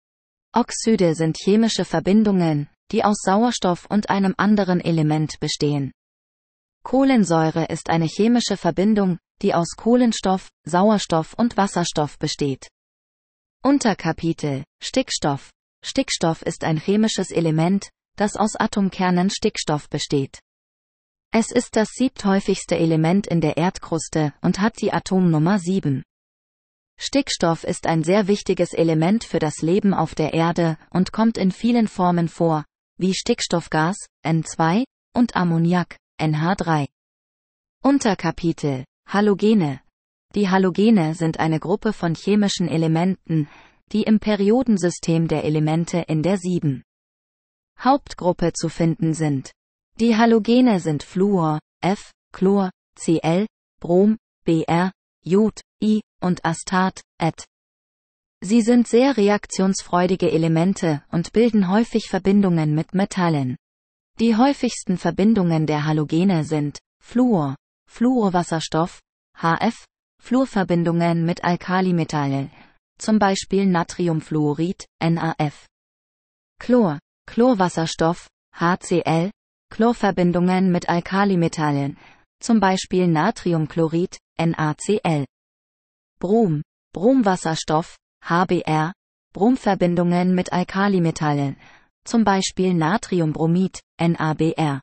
Oxide sind chemische Verbindungen, die aus Sauerstoff und einem anderen Element bestehen. Kohlensäure ist eine chemische Verbindung, die aus Kohlenstoff, Sauerstoff und Wasserstoff besteht. Unterkapitel: Stickstoff. Stickstoff ist ein chemisches Element, das aus Atomkernen Stickstoff besteht. Es ist das siebthäufigste Element in der Erdkruste und hat die Atomnummer sieben. Stickstoff ist ein sehr wichtiges Element für das Leben auf der Erde und kommt in vielen Formen vor, wie Stickstoffgas, N zwei, und Ammoniak, N H drei. Unterkapitel: Halogene. Die Halogene sind eine Gruppe von chemischen Elementen, die im Periodensystem der Elemente in der sieben. Hauptgruppe zu finden sind. Die Halogene sind Fluor, F, Chlor, Cl, Brom, Br, Jod, I, und Astat, Et. Sie sind sehr reaktionsfreudige Elemente und bilden häufig Verbindungen mit Metallen. Die häufigsten Verbindungen der Halogene sind Fluor, Fluorwasserstoff, H F, Fluorverbindungen mit Alkalimetallen, zum Beispiel Natriumfluorid, N A F. Chlor, Chlorwasserstoff, H C L, Chlorverbindungen mit Alkalimetallen, zum Beispiel Natriumchlorid, NaCl. Brom, Bromwasserstoff, H B r, Bromverbindungen mit Alkalimetallen, zum Beispiel Natriumbromid, N A B r.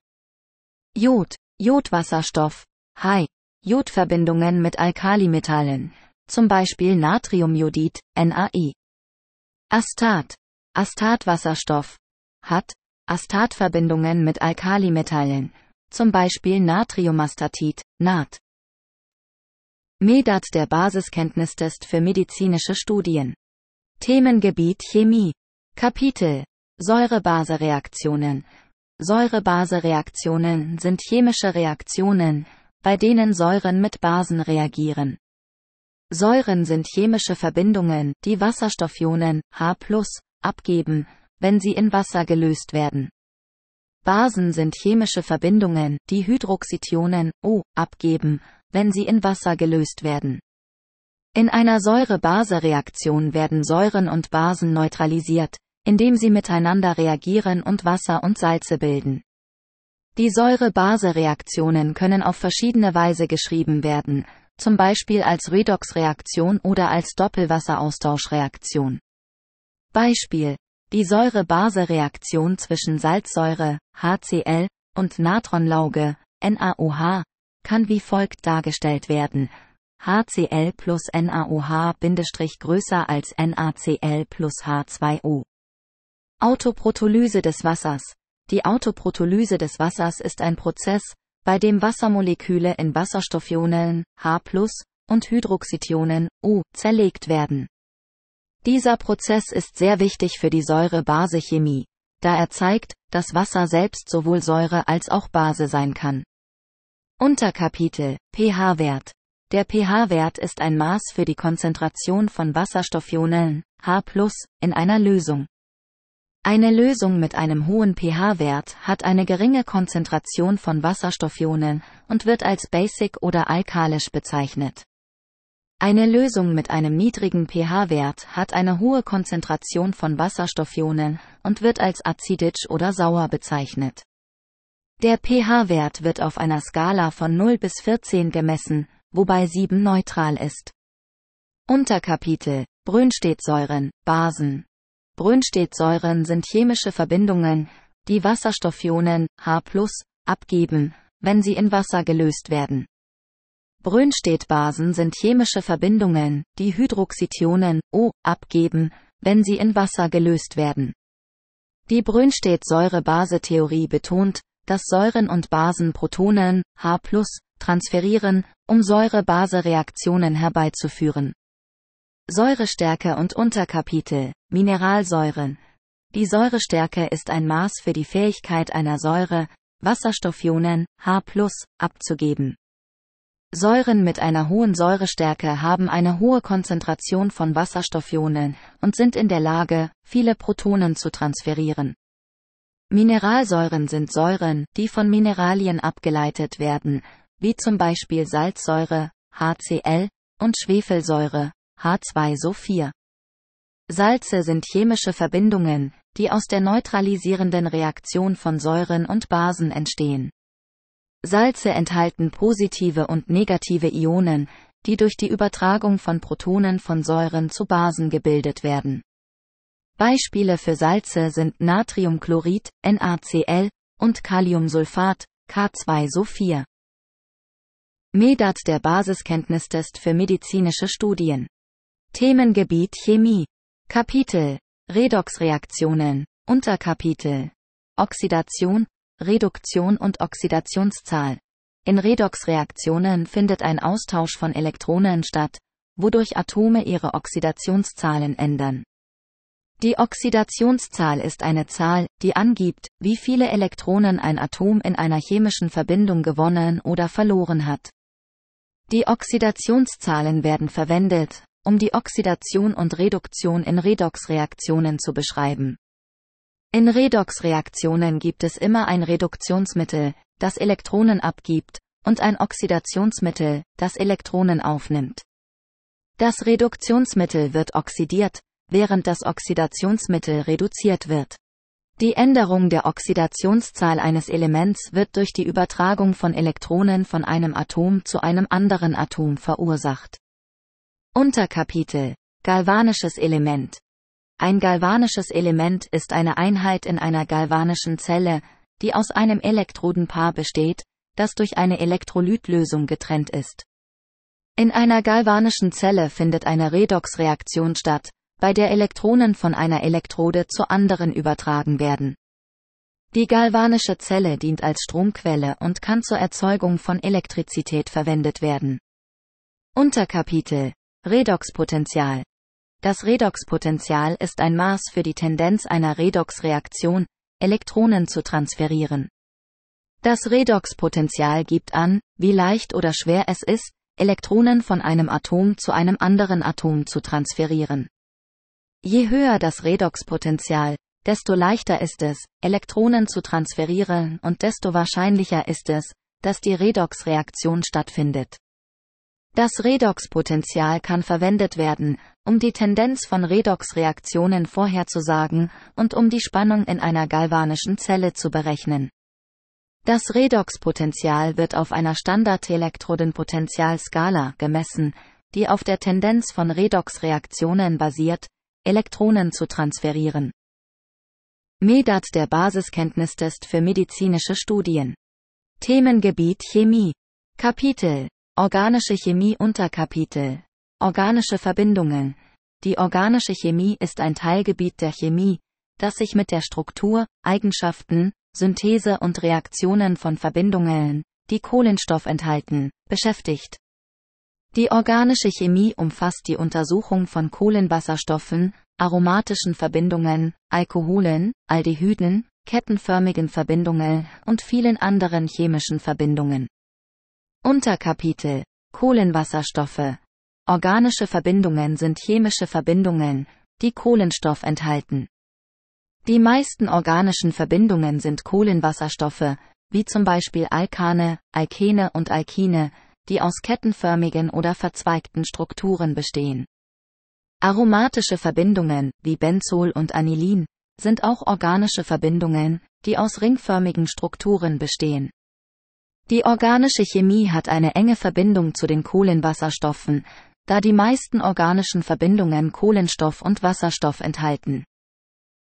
Jod, Jodwasserstoff, Hi, Jodverbindungen mit Alkalimetallen, zum Beispiel Natriumjodid, N A I. Astat, Astatwasserstoff, hat, Astatverbindungen mit Alkalimetallen, zum Beispiel Natriumastatid, Nat. MEDAT, der Basiskenntnistest für medizinische Studien. Themengebiet Chemie. Kapitel: Säure-Base-Reaktionen. Säure-Base-Reaktionen sind chemische Reaktionen, bei denen Säuren mit Basen reagieren. Säuren sind chemische Verbindungen, die Wasserstoffionen H plus, abgeben, wenn sie in Wasser gelöst werden. Basen sind chemische Verbindungen, die Hydroxidionen O abgeben, wenn sie in Wasser gelöst werden. In einer Säure-Base-Reaktion werden Säuren und Basen neutralisiert, indem sie miteinander reagieren und Wasser und Salze bilden. Die Säure-Base-Reaktionen können auf verschiedene Weise geschrieben werden, zum Beispiel als Redoxreaktion oder als Doppelwasseraustauschreaktion. Beispiel: Die Säure-Base-Reaktion zwischen Salzsäure, HCl, und Natronlauge, NaOH, kann wie folgt dargestellt werden: HCl plus NaOH Bindestrich größer als NaCl plus H zwei O. Autoprotolyse des Wassers. Die Autoprotolyse des Wassers ist ein Prozess, bei dem Wassermoleküle in Wasserstoffionen H plus und Hydroxidionen O zerlegt werden. Dieser Prozess ist sehr wichtig für die Säure-Base-Chemie, da er zeigt, dass Wasser selbst sowohl Säure als auch Base sein kann. Unterkapitel: pH-Wert. Der pH-Wert ist ein Maß für die Konzentration von Wasserstoffionen H plus, in einer Lösung. Eine Lösung mit einem hohen pH-Wert hat eine geringe Konzentration von Wasserstoffionen und wird als basic oder alkalisch bezeichnet. Eine Lösung mit einem niedrigen pH-Wert hat eine hohe Konzentration von Wasserstoffionen und wird als acidisch oder sauer bezeichnet. Der pH-Wert wird auf einer Skala von null bis vierzehn gemessen, wobei sieben neutral ist. Unterkapitel: Brünstetsäuren, Basen. Brünstetsäuren sind chemische Verbindungen, die Wasserstoffionen H plus abgeben, wenn sie in Wasser gelöst werden. Brünstetbasen sind chemische Verbindungen, die Hydroxytionen O abgeben, wenn sie in Wasser gelöst werden. Die Brünstetsäure-Base-Theorie betont, dass Säuren und Basen Protonen H plus transferieren, um Säure-Base-Reaktionen herbeizuführen. Säurestärke und Unterkapitel: Mineralsäuren. Die Säurestärke ist ein Maß für die Fähigkeit einer Säure, Wasserstoffionen H plus abzugeben. Säuren mit einer hohen Säurestärke haben eine hohe Konzentration von Wasserstoffionen und sind in der Lage, viele Protonen zu transferieren. Mineralsäuren sind Säuren, die von Mineralien abgeleitet werden, wie zum Beispiel Salzsäure HCl und Schwefelsäure H zwei S O vier. Salze sind chemische Verbindungen, die aus der neutralisierenden Reaktion von Säuren und Basen entstehen. Salze enthalten positive und negative Ionen, die durch die Übertragung von Protonen von Säuren zu Basen gebildet werden. Beispiele für Salze sind Natriumchlorid NaCl und Kaliumsulfat K zwei S O vier. MEDAT, der Basiskenntnistest für medizinische Studien. Themengebiet Chemie. Kapitel: Redoxreaktionen. Unterkapitel: Oxidation, Reduktion und Oxidationszahl. In Redoxreaktionen findet ein Austausch von Elektronen statt, wodurch Atome ihre Oxidationszahlen ändern. Die Oxidationszahl ist eine Zahl, die angibt, wie viele Elektronen ein Atom in einer chemischen Verbindung gewonnen oder verloren hat. Die Oxidationszahlen werden verwendet, um die Oxidation und Reduktion in Redoxreaktionen zu beschreiben. In Redoxreaktionen gibt es immer ein Reduktionsmittel, das Elektronen abgibt, und ein Oxidationsmittel, das Elektronen aufnimmt. Das Reduktionsmittel wird oxidiert, während das Oxidationsmittel reduziert wird. Die Änderung der Oxidationszahl eines Elements wird durch die Übertragung von Elektronen von einem Atom zu einem anderen Atom verursacht. Unterkapitel: Galvanisches Element. Ein galvanisches Element ist eine Einheit in einer galvanischen Zelle, die aus einem Elektrodenpaar besteht, das durch eine Elektrolytlösung getrennt ist. In einer galvanischen Zelle findet eine Redoxreaktion statt, bei der Elektronen von einer Elektrode zur anderen übertragen werden. Die galvanische Zelle dient als Stromquelle und kann zur Erzeugung von Elektrizität verwendet werden. Unterkapitel: Redoxpotential. Das Redoxpotential ist ein Maß für die Tendenz einer Redoxreaktion, Elektronen zu transferieren. Das Redoxpotential gibt an, wie leicht oder schwer es ist, Elektronen von einem Atom zu einem anderen Atom zu transferieren. Je höher das Redoxpotential, desto leichter ist es, Elektronen zu transferieren, und desto wahrscheinlicher ist es, dass die Redoxreaktion stattfindet. Das Redoxpotential kann verwendet werden, um die Tendenz von Redoxreaktionen vorherzusagen und um die Spannung in einer galvanischen Zelle zu berechnen. Das Redoxpotential wird auf einer Standard-Elektrodenpotentialskala gemessen, die auf der Tendenz von Redoxreaktionen basiert, Elektronen zu transferieren. MEDAT, der Basiskenntnistest für medizinische Studien. Themengebiet Chemie. Kapitel: Organische Chemie. Unterkapitel: Organische Verbindungen. Die organische Chemie ist ein Teilgebiet der Chemie, das sich mit der Struktur, Eigenschaften, Synthese und Reaktionen von Verbindungen, die Kohlenstoff enthalten, beschäftigt. Die organische Chemie umfasst die Untersuchung von Kohlenwasserstoffen, aromatischen Verbindungen, Alkoholen, Aldehyden, kettenförmigen Verbindungen und vielen anderen chemischen Verbindungen. Unterkapitel: Kohlenwasserstoffe. Organische Verbindungen sind chemische Verbindungen, die Kohlenstoff enthalten. Die meisten organischen Verbindungen sind Kohlenwasserstoffe, wie zum Beispiel Alkane, Alkene und Alkine, die aus kettenförmigen oder verzweigten Strukturen bestehen. Aromatische Verbindungen, wie Benzol und Anilin, sind auch organische Verbindungen, die aus ringförmigen Strukturen bestehen. Die organische Chemie hat eine enge Verbindung zu den Kohlenwasserstoffen, da die meisten organischen Verbindungen Kohlenstoff und Wasserstoff enthalten.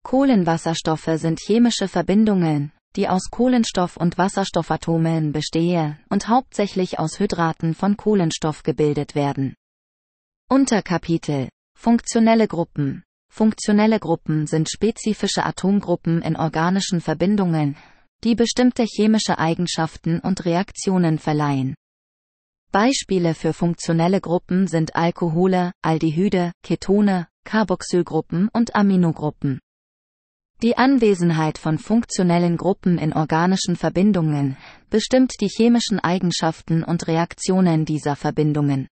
Kohlenwasserstoffe sind chemische Verbindungen, die aus Kohlenstoff- und Wasserstoffatomen bestehen und hauptsächlich aus Hydraten von Kohlenstoff gebildet werden. Unterkapitel: Funktionelle Gruppen. Funktionelle Gruppen sind spezifische Atomgruppen in organischen Verbindungen, die bestimmte chemische Eigenschaften und Reaktionen verleihen. Beispiele für funktionelle Gruppen sind Alkohole, Aldehyde, Ketone, Carboxylgruppen und Aminogruppen. Die Anwesenheit von funktionellen Gruppen in organischen Verbindungen bestimmt die chemischen Eigenschaften und Reaktionen dieser Verbindungen.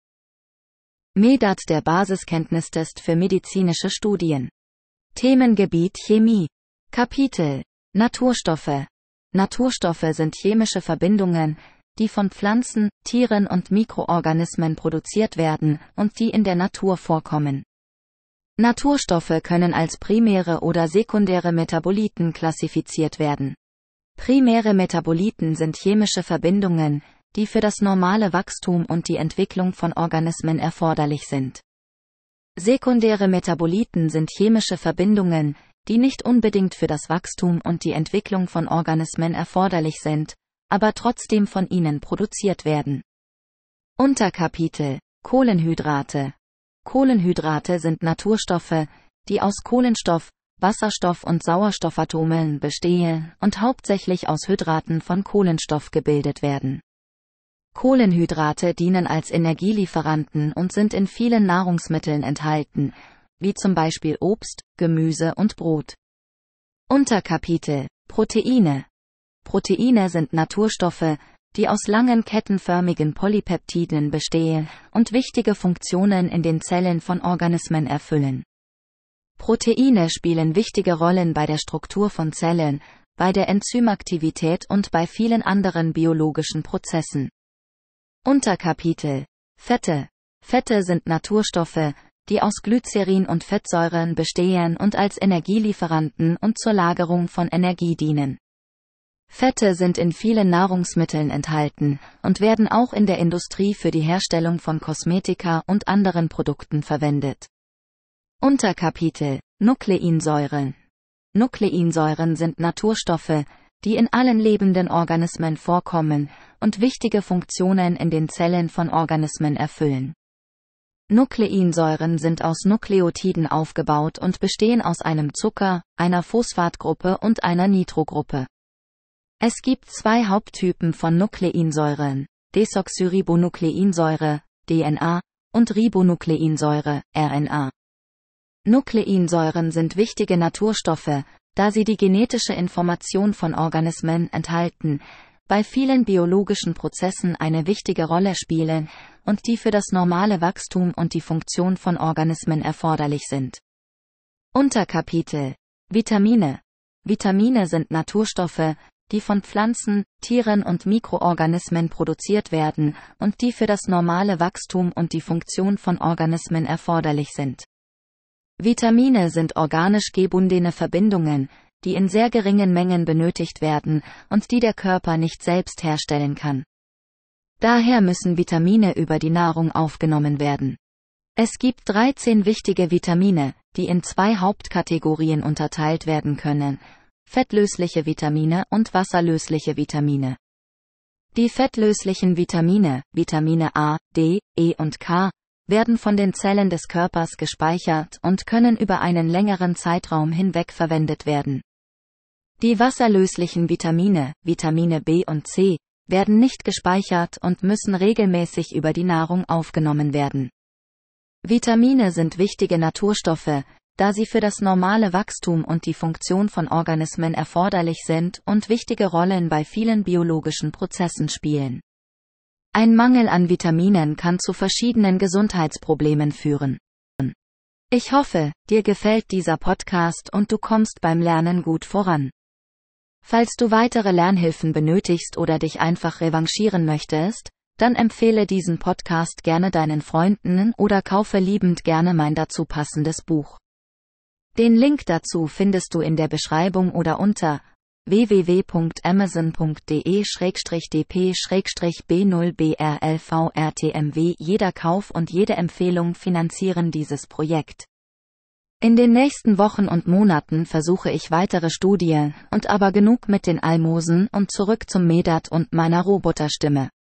MEDAT, der Basiskenntnistest für medizinische Studien. Themengebiet Chemie. Kapitel: Naturstoffe. Naturstoffe sind chemische Verbindungen, die von Pflanzen, Tieren und Mikroorganismen produziert werden und die in der Natur vorkommen. Naturstoffe können als primäre oder sekundäre Metaboliten klassifiziert werden. Primäre Metaboliten sind chemische Verbindungen, die für das normale Wachstum und die Entwicklung von Organismen erforderlich sind. Sekundäre Metaboliten sind chemische Verbindungen, die nicht unbedingt für das Wachstum und die Entwicklung von Organismen erforderlich sind, aber trotzdem von ihnen produziert werden. Unterkapitel: Kohlenhydrate. Kohlenhydrate sind Naturstoffe, die aus Kohlenstoff, Wasserstoff und Sauerstoffatomen bestehen und hauptsächlich aus Hydraten von Kohlenstoff gebildet werden. Kohlenhydrate dienen als Energielieferanten und sind in vielen Nahrungsmitteln enthalten, wie zum Beispiel Obst, Gemüse und Brot. Unterkapitel: Proteine. Proteine sind Naturstoffe, die aus langen kettenförmigen Polypeptiden bestehen und wichtige Funktionen in den Zellen von Organismen erfüllen. Proteine spielen wichtige Rollen bei der Struktur von Zellen, bei der Enzymaktivität und bei vielen anderen biologischen Prozessen. Unterkapitel: Fette. Fette sind Naturstoffe, die aus Glycerin und Fettsäuren bestehen und als Energielieferanten und zur Lagerung von Energie dienen. Fette sind in vielen Nahrungsmitteln enthalten und werden auch in der Industrie für die Herstellung von Kosmetika und anderen Produkten verwendet. Unterkapitel: Nukleinsäuren. Nukleinsäuren sind Naturstoffe, die in allen lebenden Organismen vorkommen und wichtige Funktionen in den Zellen von Organismen erfüllen. Nukleinsäuren sind aus Nukleotiden aufgebaut und bestehen aus einem Zucker, einer Phosphatgruppe und einer Nitrogruppe. Es gibt zwei Haupttypen von Nukleinsäuren: Desoxyribonukleinsäure, D N A, und Ribonukleinsäure, R N A. Nukleinsäuren sind wichtige Naturstoffe, da sie die genetische Information von Organismen enthalten, bei vielen biologischen Prozessen eine wichtige Rolle spielen und die für das normale Wachstum und die Funktion von Organismen erforderlich sind. Unterkapitel: Vitamine. Vitamine sind Naturstoffe, die von Pflanzen, Tieren und Mikroorganismen produziert werden und die für das normale Wachstum und die Funktion von Organismen erforderlich sind. Vitamine sind organisch gebundene Verbindungen, die in sehr geringen Mengen benötigt werden und die der Körper nicht selbst herstellen kann. Daher müssen Vitamine über die Nahrung aufgenommen werden. Es gibt dreizehn wichtige Vitamine, die in zwei Hauptkategorien unterteilt werden können: fettlösliche Vitamine und wasserlösliche Vitamine. Die fettlöslichen Vitamine, Vitamine A, D, E und K, werden von den Zellen des Körpers gespeichert und können über einen längeren Zeitraum hinweg verwendet werden. Die wasserlöslichen Vitamine, Vitamine B und C, werden nicht gespeichert und müssen regelmäßig über die Nahrung aufgenommen werden. Vitamine sind wichtige Naturstoffe, da sie für das normale Wachstum und die Funktion von Organismen erforderlich sind und wichtige Rollen bei vielen biologischen Prozessen spielen. Ein Mangel an Vitaminen kann zu verschiedenen Gesundheitsproblemen führen. Ich hoffe, dir gefällt dieser Podcast und du kommst beim Lernen gut voran. Falls du weitere Lernhilfen benötigst oder dich einfach revanchieren möchtest, dann empfehle diesen Podcast gerne deinen Freunden oder kaufe liebend gerne mein dazu passendes Buch. Den Link dazu findest du in der Beschreibung oder unter w w w punkt amazon punkt de slash d p slash b null b r l v r t m w. Jeder Kauf und jede Empfehlung finanzieren dieses Projekt. In den nächsten Wochen und Monaten versuche ich weitere Studien, und aber genug mit den Almosen und zurück zum Medat und meiner Roboterstimme.